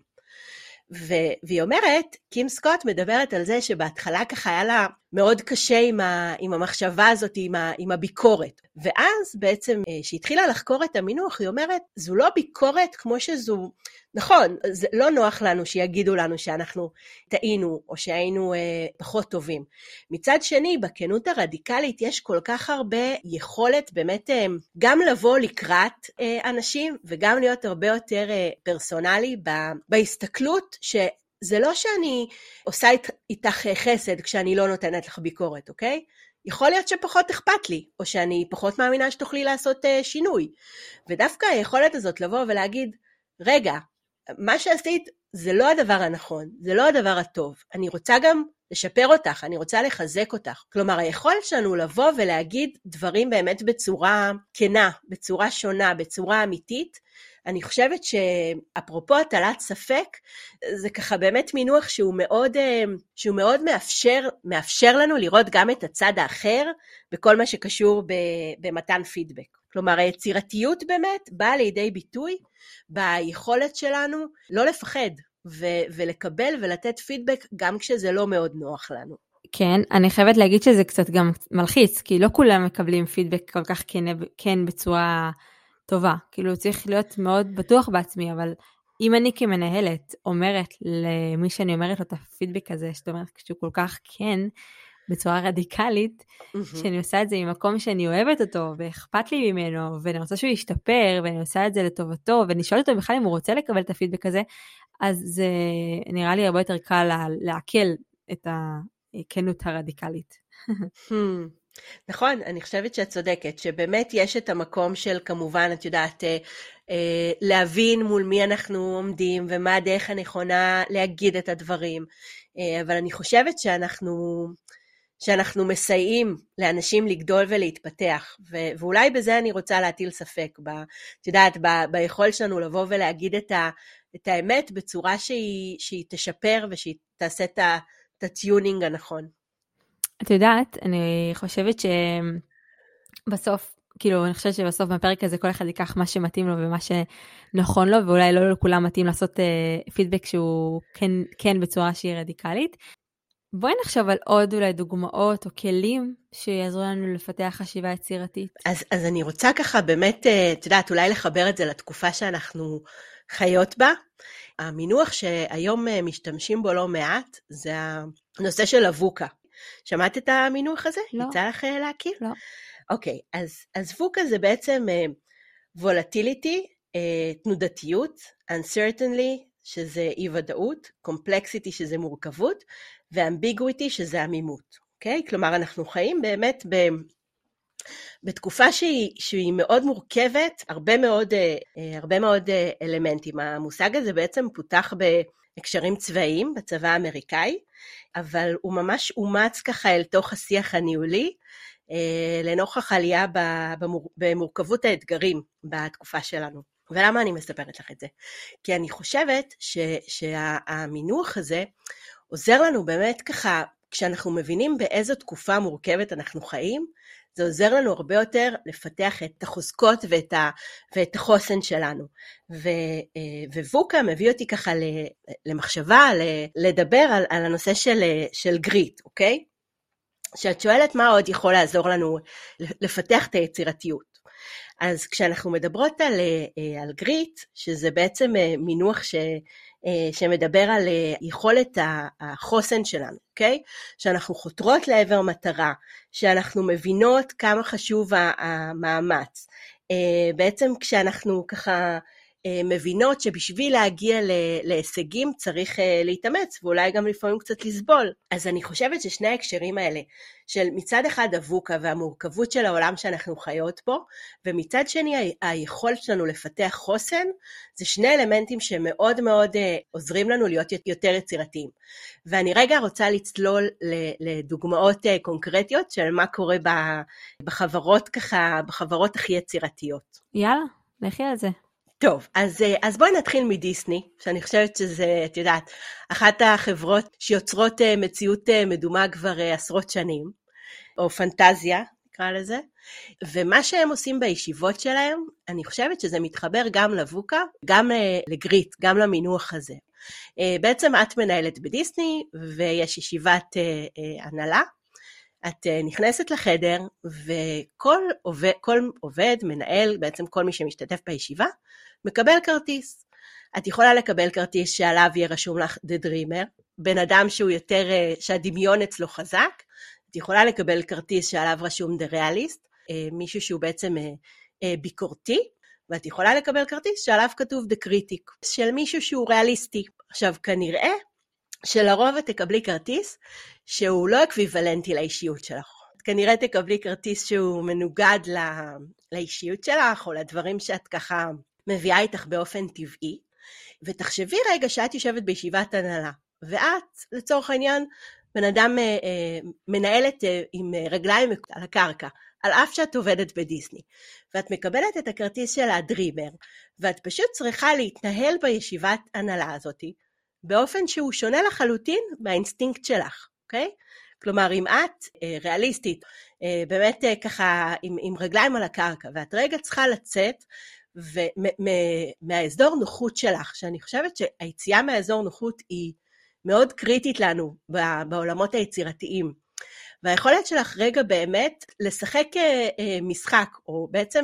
והיא אומרת, קים סקוט מדברת על זה שבהתחלה ככה היה לה מאוד קשה עם, ה, עם המחשבה הזאת, עם, ה, עם הביקורת. ואז בעצם, שהתחילה לחקור את המינוח, היא אומרת, זו לא ביקורת כמו שזו, נכון, זה לא נוח לנו שיגידו לנו שאנחנו טעינו, או שהיינו אה, פחות טובים. מצד שני, בכנות הרדיקלית יש כל כך הרבה יכולת באמת אה, גם לבוא לקראת אה, אנשים, וגם להיות הרבה יותר אה, פרסונלי ב, בהסתכלות ש... זה לא שאני עושה איתך חסד כשאני לא נותנת לך ביקורת, אוקיי? יכול להיות שפחות אכפת לי, או שאני פחות מאמינה שתוכלי לעשות uh, שינוי. ודווקא היכולת הזאת לבוא ולהגיד, רגע, מה שעשית זה לא הדבר הנכון, זה לא הדבר הטוב. אני רוצה גם לשפר אותך, אני רוצה לחזק אותך. כלומר, היכולת שלנו לבוא ולהגיד דברים באמת בצורה כנה, בצורה שונה, בצורה אמיתית, אני חושבת שאפרופו הטלת ספק, זה ככה באמת מינוח שהוא מאוד, שהוא מאוד מאפשר, מאפשר לנו לראות גם את הצד האחר, בכל מה שקשור במתן פידבק. כלומר, היצירתיות באמת באה לידי ביטוי, ביכולת שלנו לא לפחד, ו- ולקבל ולתת פידבק, גם כשזה לא מאוד נוח לנו.
כן, אני חייבת להגיד שזה קצת גם מלחיץ, כי לא כולם מקבלים פידבק כל כך כן, כן בצורה טובה, כאילו צריך להיות מאוד בטוח בעצמי, אבל אם אני כמנהלת אומרת למי שאני אומרת לו את הפידבק הזה, שאת אומרת כשהוא כל כך כן, בצורה רדיקלית, mm-hmm. שאני עושה את זה ממקום שאני אוהבת אותו, ואכפת לי ממנו, ואני רוצה שהוא ישתפר, ואני עושה את זה לטובתו, ואני שואלת אותו בכלל אם הוא רוצה לקבל את הפידבק הזה, אז זה נראה לי הרבה יותר קל להקל את הכנות הרדיקלית.
hmm. נכון, אני חושבת שאת צודקת, שבאמת יש את המקום של כמובן, את יודעת, להבין מול מי אנחנו עומדים, ומה הדרך הנכונה להגיד את הדברים, אבל אני חושבת שאנחנו, שאנחנו מסייעים לאנשים לגדול ולהתפתח, ו- ואולי בזה אני רוצה להטיל ספק, ב, את יודעת, ב- ביכול שלנו לבוא ולהגיד את, ה- את האמת בצורה שהיא, שהיא תשפר, ושהיא תעשה את ה- את הטיונינג הנכון.
את יודעת, אני חושבת שבסוף, כאילו, אני חושבת שבסוף בפרק הזה כל אחד ייקח מה שמתאים לו ומה שנכון לו, ואולי לא לכולם מתאים לעשות uh, פידבק שהוא כן, כן בצורה שהיא רדיקלית. בואי נחשוב על עוד אולי דוגמאות או כלים שיעזרו לנו לפתח חשיבה יצירתית.
אז, אז אני רוצה ככה באמת, את יודעת, אולי לחבר את זה לתקופה שאנחנו חיות בה. המינוח שהיום משתמשים בו לא מעט, זה הנושא של אבוקה. שמעת את המינוח הזה?
לא.
יצא לך להכיר?
לא.
אוקיי, אז, אז ווקה זה בעצם volatility, תנודתיות, uncertainty, שזה אי ודאות, complexity, שזה מורכבות, ו-ambiguity, שזה עמימות. אוקיי? כלומר, אנחנו חיים באמת ב... בתקופה שהיא, שהיא מאוד מורכבת, הרבה מאוד, הרבה מאוד אלמנטים. המושג הזה בעצם פותח בהקשרים צבאיים בצבא האמריקאי, אבל הוא ממש אומץ ככה אל תוך השיח הניהולי, לנוכח עלייה במורכבות האתגרים בתקופה שלנו. ולמה אני מספרת לך את זה? כי אני חושבת ש, שהמינוח הזה עוזר לנו באמת ככה, כשאנחנו מבינים באיזו תקופה מורכבת אנחנו חיים, זה עוזר לנו הרבה יותר לפתח את החוזקות ואת, ה, ואת החוסן שלנו. ו, וווקה מביא אותי ככה למחשבה, לדבר על, על הנושא של, של גריט, אוקיי? שאת שואלת מה עוד יכול לעזור לנו לפתח את היצירתיות. אז כשאנחנו מדברות על, על גריט, שזה בעצם מינוח ש, שמדבר על יכולת החוסן שלנו, אוקיי? שאנחנו חותרות לעבר מטרה, שאנחנו מבינות כמה חשוב המאמץ. בעצם כשאנחנו ככה מבינות שבשביל להגיע להישגים צריך להתאמץ, ואולי גם לפעמים קצת לסבול. אז אני חושבת ששני ההקשרים האלה, של מצד אחד אבוקה והמורכבות של העולם שאנחנו חיות פה, ומצד שני היכולת שלנו לפתח חוסן, זה שני אלמנטים שמאוד מאוד עוזרים לנו להיות יותר יצירתיים. ואני רגע רוצה לצלול לדוגמאות קונקרטיות של מה קורה בחברות ככה, בחברות הכי יצירתיות.
יאללה, לכי על זה.
טוב, אז, אז בואי נתחיל מדיסני, שאני חושבת שזה, את יודעת, אחת החברות שיוצרות מציאות מדומה כבר עשרות שנים, או פנטזיה, נקרא לזה, ומה שהם עושים בישיבות שלהם, אני חושבת שזה מתחבר גם לבוקה, גם לגריט, גם למינוח הזה. בעצם את מנהלת בדיסני, ויש ישיבת הנהלה, את נכנסת לחדר, וכל עובד, כל עובד, מנהל, בעצם כל מי שמשתתף בישיבה, מקבל כרטיס. את יכולה לקבל כרטיס שעליו יהיה רשום לך The Dreamer, בן אדם שהוא יותר, שהדמיון אצלו חזק, את יכולה לקבל כרטיס שעליו רשום The Realist, מישהו שהוא בעצם ביקורתי, ואת יכולה לקבל כרטיס שעליו כתוב The Critic, של מישהו שהוא ריאליסטי. עכשיו, כנראה שלרוב את תקבלי כרטיס שהוא לא אקוויוולנטי לאישיות שלך. את כנראה תקבלי כרטיס שהוא מנוגד לא, לאישיות שלך, או לדברים שאת ככה מביאה איתך באופן טבעי, ותחשבי רגע שאת יושבת בישיבת הנהלה, ואת, לצורך העניין, בן אדם אה, אה, מנהלת אה, עם רגליים על הקרקע, על אף שאת עובדת בדיסני, ואת מקבלת את הכרטיס של הדרימר, ואת פשוט צריכה להתנהל בישיבת הנהלה הזאת, באופן שהוא שונה לחלוטין מהאינסטינקט שלך, אוקיי? כלומר, אם את אה, ריאליסטית, אה, באמת אה, ככה עם, עם רגליים על הקרקע, ואת רגע צריכה לצאת, ומהאזור נוחות שלך, שאני חושבת שהיציאה מהאזור נוחות היא מאוד קריטית לנו בעולמות היצירתיים, והיכולת שלך רגע באמת לשחק משחק, או בעצם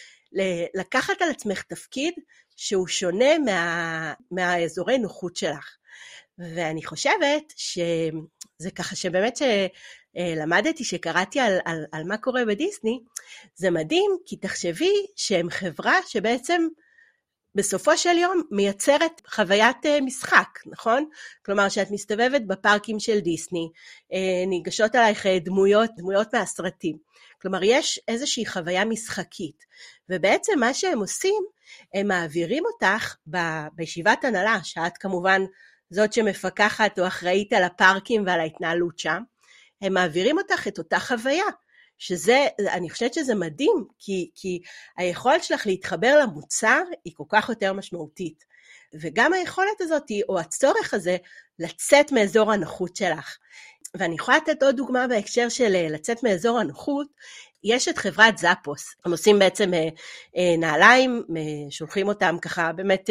לקחת על עצמך תפקיד שהוא שונה מה, מהאזורי נוחות שלך. ואני חושבת שזה ככה שבאמת שלמדתי, שקראתי על, על, על מה קורה בדיסני, זה מדהים, כי תחשבי שהם חברה שבעצם בסופו של יום מייצרת חוויית משחק, נכון? כלומר, שאת מסתובבת בפארקים של דיסני, ניגשות עלייך דמויות, דמויות מהסרטים. כלומר, יש איזושהי חוויה משחקית, ובעצם מה שהם עושים, הם מעבירים אותך ב- בישיבת הנהלה, שאת כמובן זאת שמפקחת או אחראית על הפארקים ועל ההתנהלות שם, הם מעבירים אותך את אותה חוויה, שזה, אני חושבת שזה מדהים, כי, כי היכולת שלך להתחבר למוצר היא כל כך יותר משמעותית, וגם היכולת הזאת, או הצורך הזה, לצאת מאזור הנוחות שלך. ואני יכולה לתת עוד דוגמה בהקשר של לצאת מאזור הנוחות, יש את חברת זאפוס, הם עושים בעצם נעליים, שולחים אותם ככה, באמת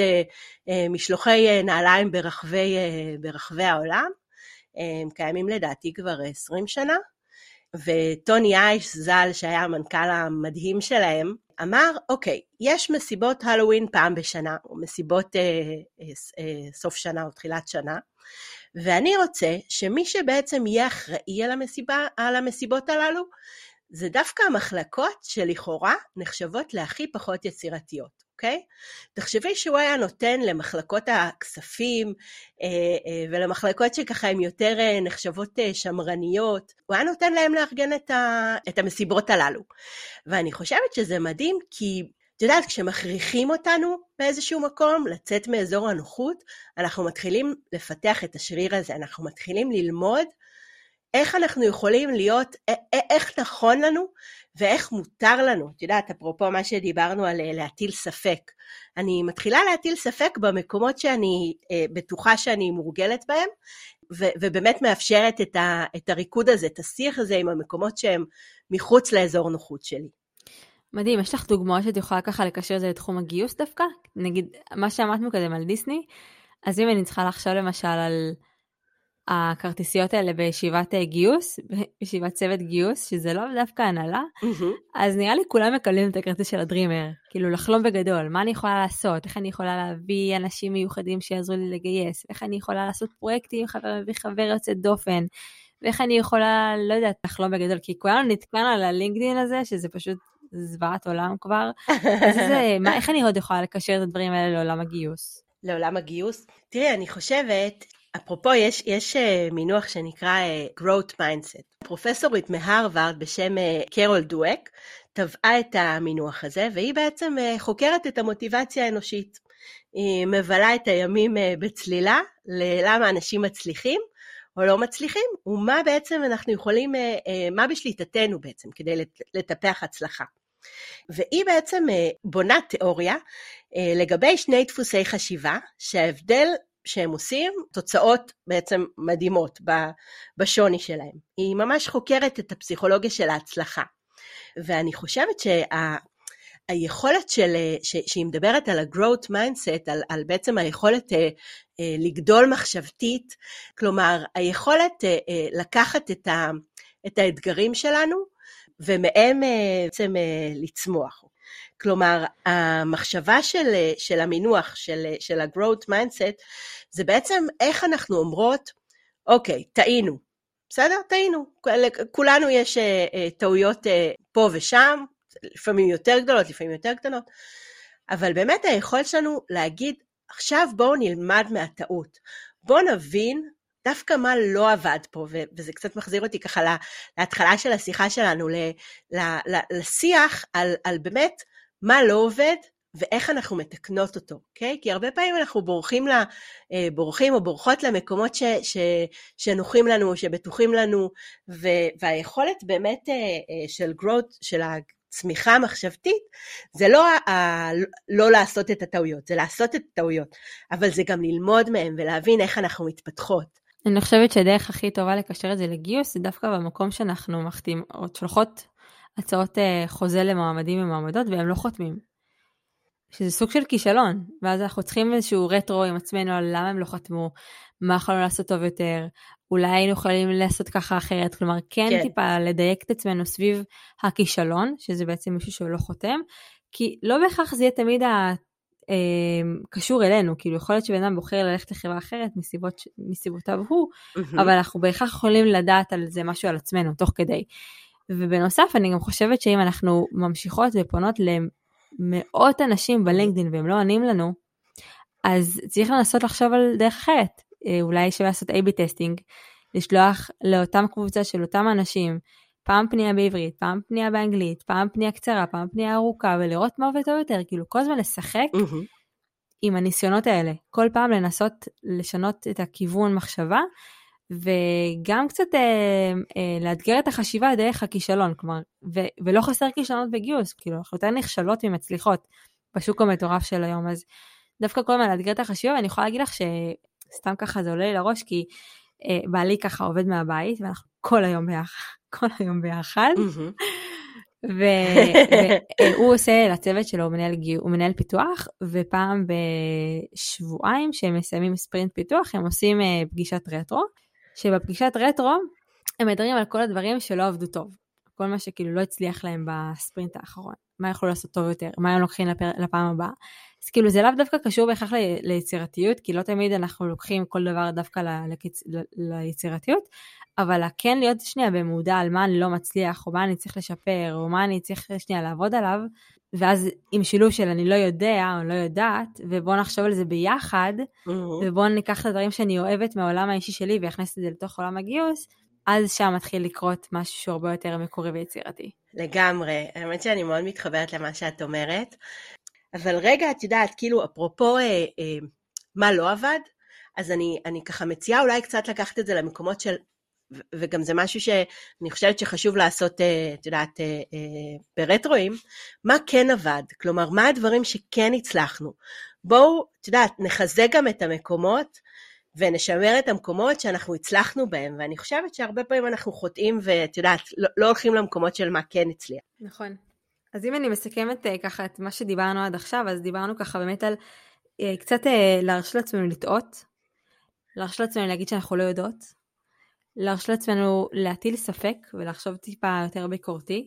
משלוחי נעליים ברחבי, ברחבי העולם, הם קיימים לדעתי כבר עשרים שנה, וטוני אייש ז"ל, שהיה המנכ"ל המדהים שלהם, אמר, אוקיי, יש מסיבות הלואוין פעם בשנה, או מסיבות אה, אה, אה, סוף שנה או תחילת שנה, ואני רוצה שמי שבעצם יהיה אחראי על, המסיבה, על המסיבות הללו, זה דווקא המחלקות שלכאורה נחשבות להכי פחות יצירתיות. אוקיי? תחשבי שהוא היה נותן למחלקות הכספים, ולמחלקות שככה הן יותר נחשבות שמרניות, הוא היה נותן להם לארגן את, ה, את המסיבות הללו. ואני חושבת שזה מדהים, כי את יודעת, כשמכריחים אותנו באיזשהו מקום לצאת מאזור הנוחות, אנחנו מתחילים לפתח את השריר הזה, אנחנו מתחילים ללמוד איך אנחנו יכולים להיות, איך נכון לנו, ואיך מותר לנו. את יודעת, אפרופו מה שדיברנו על להטיל ספק, אני מתחילה להטיל ספק במקומות שאני בטוחה שאני מורגלת בהם, ו- ובאמת מאפשרת את, ה- את הריקוד הזה, את השיח הזה עם המקומות שהם מחוץ לאזור נוחות שלי.
מדהים, יש לך דוגמאות שאת יכולה ככה לקשר את זה לתחום הגיוס דווקא? נגיד, מה שאמרת מקודם על דיסני, אז אם אני צריכה לחשוב למשל על הכרטיסיות האלה בישיבת גיוס, בישיבת צוות גיוס, שזה לא דווקא הנהלה, mm-hmm. אז נראה לי כולם מקבלים את הכרטיס של הדרימר, כאילו לחלום בגדול, מה אני יכולה לעשות, איך אני יכולה להביא אנשים מיוחדים שיעזרו לי לגייס, איך אני יכולה לעשות פרויקטים, חבר וחבר יוצא דופן, ואיך אני יכולה, לא יודעת, לחלום בגדול, כי כולנו נתקענו על הלינקדין הזה, שזה פשוט זוועת עולם כבר, אז זה, מה, איך אני עוד יכולה לקשר את הדברים האלה לעולם הגיוס?
לעולם הגיוס? תראי, אני חושבת, אפרופו, יש, יש מינוח שנקרא growth mindset. פרופסורית מהרווארד בשם קרול דואק, טבעה את המינוח הזה, והיא בעצם חוקרת את המוטיבציה האנושית. היא מבלה את הימים בצלילה, ללמה אנשים מצליחים או לא מצליחים, ומה בעצם אנחנו יכולים, מה בשליטתנו בעצם, כדי לטפח הצלחה. והיא בעצם בונה תיאוריה לגבי שני דפוסי חשיבה, שההבדל שהם עושים, תוצאות בעצם מדהימות בשוני שלהם. היא ממש חוקרת את הפסיכולוגיה של ההצלחה. ואני חושבת שהיכולת של, שהיא מדברת על ה-growth mindset, על, על בעצם היכולת לגדול מחשבתית, כלומר, היכולת לקחת את, ה, את האתגרים שלנו, ומהם בעצם לצמוח. כלומר, המחשבה של, של המינוח, של, של ה-growth mindset, זה בעצם איך אנחנו אומרות, אוקיי, טעינו, בסדר? טעינו. כולנו יש טעויות פה ושם, לפעמים יותר גדולות, לפעמים יותר קטנות, אבל באמת היכולת שלנו להגיד, עכשיו בואו נלמד מהטעות, בואו נבין דווקא מה לא עבד פה, וזה קצת מחזיר אותי ככה להתחלה של השיחה שלנו, לשיח על, על באמת מה לא עובד, ואיך אנחנו מתקנות אותו, אוקיי? כי הרבה פעמים אנחנו בורחים, לה, בורחים או בורחות למקומות ש, ש, שנוחים לנו, שבטוחים לנו, והיכולת באמת של growth, של הצמיחה המחשבתית, זה לא ה, לא לעשות את הטעויות, זה לעשות את הטעויות, אבל זה גם ללמוד מהם ולהבין איך אנחנו מתפתחות.
אני חושבת שהדרך הכי טובה לקשר את זה לגיוס, זה דווקא במקום שאנחנו מחתים, או שולחות הצעות חוזה למועמדים ומועמדות, והם לא חותמים. שזה סוג של כישלון, ואז אנחנו צריכים איזשהו רטרו עם עצמנו על למה הם לא חתמו, מה יכולנו לעשות טוב יותר, אולי היינו יכולים לעשות ככה אחרת, כלומר כן, כן. טיפה לדייק את עצמנו סביב הכישלון, שזה בעצם מישהו שהוא לא חותם, כי לא בהכרח זה יהיה תמיד ה... קשור אלינו, כאילו יכול להיות שבן אדם בוחר ללכת לחברה אחרת מסיבות, מסיבותיו הוא, mm-hmm. אבל אנחנו בהכרח יכולים לדעת על זה משהו על עצמנו, תוך כדי. ובנוסף, אני גם חושבת שאם אנחנו ממשיכות ופונות למאות אנשים בלינקדין, והם לא עונים לנו, אז צריך לנסות לחשוב על דרך אחרת. אולי שווה לעשות איי בי טסטינג, לשלוח לאותם קבוצה של אותם אנשים, פעם פנייה בעברית, פעם פנייה באנגלית, פעם פנייה קצרה, פעם פנייה ארוכה, ולראות מה עובד טוב יותר, כאילו כל הזמן לשחק mm-hmm. עם הניסיונות האלה, כל פעם לנסות לשנות את הכיוון מחשבה, וגם קצת אה, אה, לאתגר את החשיבה דרך הכישלון, כלומר, ו- ולא חסר כישלונות בגיוס, כאילו אנחנו יותר נכשלות ומצליחות בשוק המטורף של היום, אז דווקא כל הזמן לאתגר את החשיבה, ואני יכולה להגיד לך שסתם ככה זה עולה לי לראש, כי אה, בעלי ככה עובד מהבית, ואנחנו כל היום ביחד, כל היום ביחד, והוא עושה לצוות שלו, הוא מנהל פיתוח, ופעם בשבועיים שהם מסיימים ספרינט פיתוח, הם עושים פגישת רטרו, שבפגישת רטרו הם מדברים על כל הדברים שלא עבדו טוב, כל מה שכאילו לא הצליח להם בספרינט האחרון, מה יכולו לעשות טוב יותר, מה הם לוקחים לפעם הבאה, אז כאילו זה לאו דווקא קשור בהכרח ליצירתיות, כי לא תמיד אנחנו לוקחים כל דבר דווקא ליצירתיות, אבל כן להיות שנייה במודע על מה אני לא מצליח, או מה אני צריך לשפר, או מה אני צריך שנייה לעבוד עליו, ואז עם שילוב של אני לא יודע, או לא יודעת, ובואו נחשוב על זה ביחד, ובואו ניקח את הדברים שאני אוהבת מהעולם האישי שלי, ויכנס את זה לתוך עולם הגיוס, אז שם מתחיל לקרות משהו שהרבה יותר מקורי ויצירתי.
לגמרי, האמת שאני מאוד מתחברת למה שאת אומרת, אבל רגע, את יודעת, כאילו, אפרופו אה, אה, מה לא עבד, אז אני, אני ככה מציעה אולי קצת לקחת את זה למקומות של, וגם זה משהו שאני חושבת שחשוב לעשות, את יודעת, ברטרואים, מה כן עבד? כלומר, מה הדברים שכן הצלחנו? בואו, את יודעת, נחזק גם את המקומות, ונשמר את המקומות שאנחנו הצלחנו בהם, ואני חושבת שהרבה פעמים אנחנו חוטאים, ואת יודעת, לא, לא הולכים למקומות של מה כן הצליח.
נכון. אז אם אני מסכמת ככה את מה שדיברנו עד עכשיו, אז דיברנו ככה באמת על קצת להרשות לעצמנו לטעות, להרשות לעצמנו להגיד שאנחנו לא יודעות, להרשות לעצמנו להטיל ספק ולחשוב טיפה יותר ביקורתי.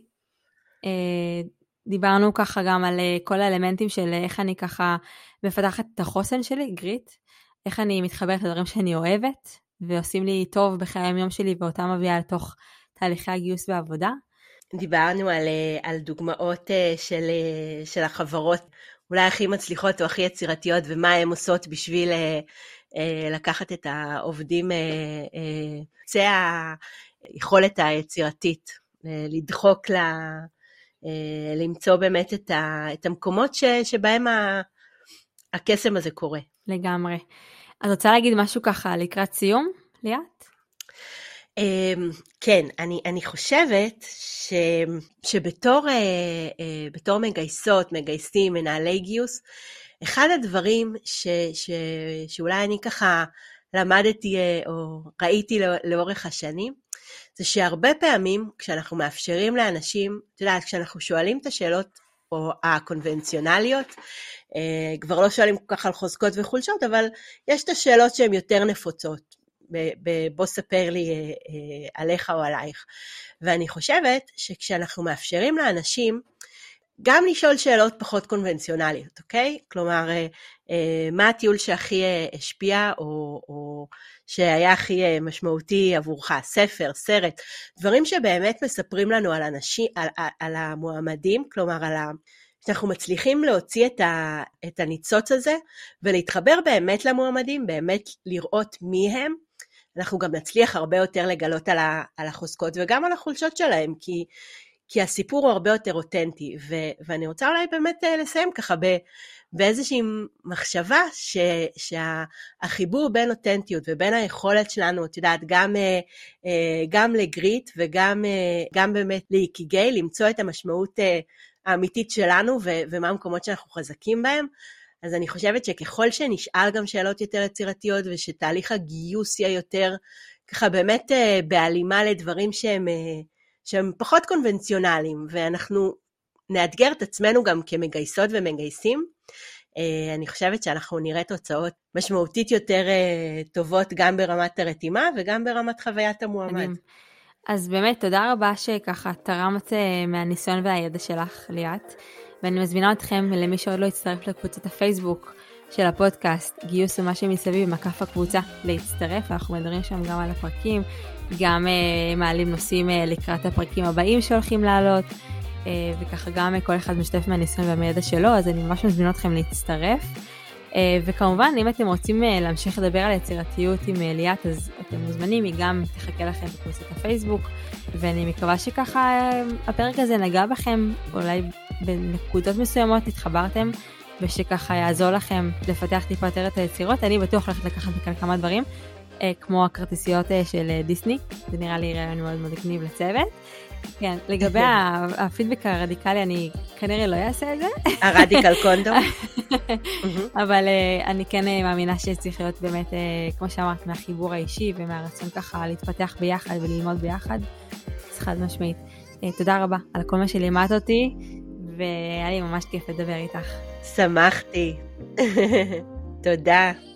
דיברנו ככה גם על כל האלמנטים של איך אני ככה מפתחת את החוסן שלי, גריט, איך אני מתחברת לדברים שאני אוהבת, ועושים לי טוב בחיי היום שלי, ואותם מביאה לתוך תהליכי הגיוס והעבודה.
דיברנו על, על דוגמאות של, של החברות, אולי הכי מצליחות או הכי יצירתיות, ומה הן עושות בשביל לקחת את העובדים, זה היכולת היצירתית, לדחוק, לה, למצוא באמת את, ה, את המקומות ש, שבהם ה, הקסם הזה קורה.
לגמרי. אז רוצה להגיד משהו ככה לקראת סיום, ליאת?
כן, אני, אני חושבת ש, שבתור בתור מגייסות, מגייסים, מנהלי גיוס, אחד הדברים ש, ש, שאולי אני ככה למדתי או ראיתי לאורך השנים, זה שהרבה פעמים כשאנחנו מאפשרים לאנשים, אתה יודע, כשאנחנו שואלים את השאלות או הקונבנציונליות, כבר לא שואלים כל כך על חוזקות וחולשות, אבל יש את השאלות שהן יותר נפוצות, בוא ספר לי עליך או עלייך. ואני חושבת שכשאנחנו מאפשרים לאנשים, גם לשאול שאלות פחות קונבנציונליות, אוקיי? כלומר, מה הטיול שהכי השפיע, או, או שהיה הכי משמעותי עבורך, ספר, סרט, דברים שבאמת מספרים לנו על אנשים, על, על, על המועמדים, כלומר, על ה... שאנחנו מצליחים להוציא את, ה, את הניצוץ הזה, ולהתחבר באמת למועמדים, באמת לראות מי הם, אנחנו גם נצליח הרבה יותר לגלות על, ה, על החוזקות, וגם על החולשות שלהם, כי, כי הסיפור הוא הרבה יותר אותנטי, ו, ואני רוצה אולי באמת לסיים ככה ב, באיזושהי מחשבה, ש, שהחיבור בין אותנטיות, ובין היכולת שלנו, את יודעת, גם, גם לגריט, וגם גם באמת לאיקיגי, למצוא את המשמעות האמיתית שלנו, ו, ומה המקומות שאנחנו חזקים בהם, אז אני חושבת שככל שנשאל גם שאלות יותר יצירתיות, ושתהליך הגיוס יהיה יותר, ככה באמת בהלימה לדברים שהם, שהם פחות קונבנציונליים, ואנחנו נאתגר את עצמנו גם כמגייסות ומגייסים, אני חושבת שאנחנו נראה תוצאות משמעותית יותר טובות, גם ברמת הרתימה, וגם ברמת חוויית המועמד.
אז באמת, תודה רבה שככה תרמת מהניסיון והידע שלך, ליאת. ואני מזמינה אתכם, למי שעוד לא יצטרף לקבוצת הפייסבוק של הפודקאסט, גיוס ומה שמסביב, מקף הקבוצה, להצטרף. אנחנו מדברים שם גם על הפרקים, גם uh, מעלים נושאים uh, לקראת הפרקים הבאים שהולכים לעלות, uh, וככה גם uh, כל אחד משתף מהניסיון והמידע שלו, אז אני ממש מזמינה אתכם להצטרף. Uh, וכמובן, אם אתם רוצים uh, להמשיך לדבר על יצירתיות עם uh, ליאת, אז אתם מוזמנים, היא גם תחכה לכם בקבוצת הפייסבוק, ואני מקווה שככה uh, הפרק הזה נגע בכם, אולי בנקודות מסוימות התחברתם, ושככה יעזור לכם לפתח טיפה יותר את היצירות. אני בטוח הולכת לקחת מכאן כמה דברים, אה, כמו הכרטיסיות אה, של אה, דיסני, זה נראה לי רעיון מאוד מאוד גניב לצוות. כן, לגבי הפידבק הרדיקלי, אני כנראה לא אעשה את זה.
הרדיקל קונדום.
אבל אה, אני כן אה, מאמינה שצריך להיות באמת, אה, כמו שאמרת, מהחיבור האישי, ומהרצון ככה להתפתח ביחד וללמוד ביחד. אז חד משמעית. אה, תודה רבה על כל מה שלימדת אותי, והיה לי ממש כיף לדבר איתך.
שמחתי. תודה.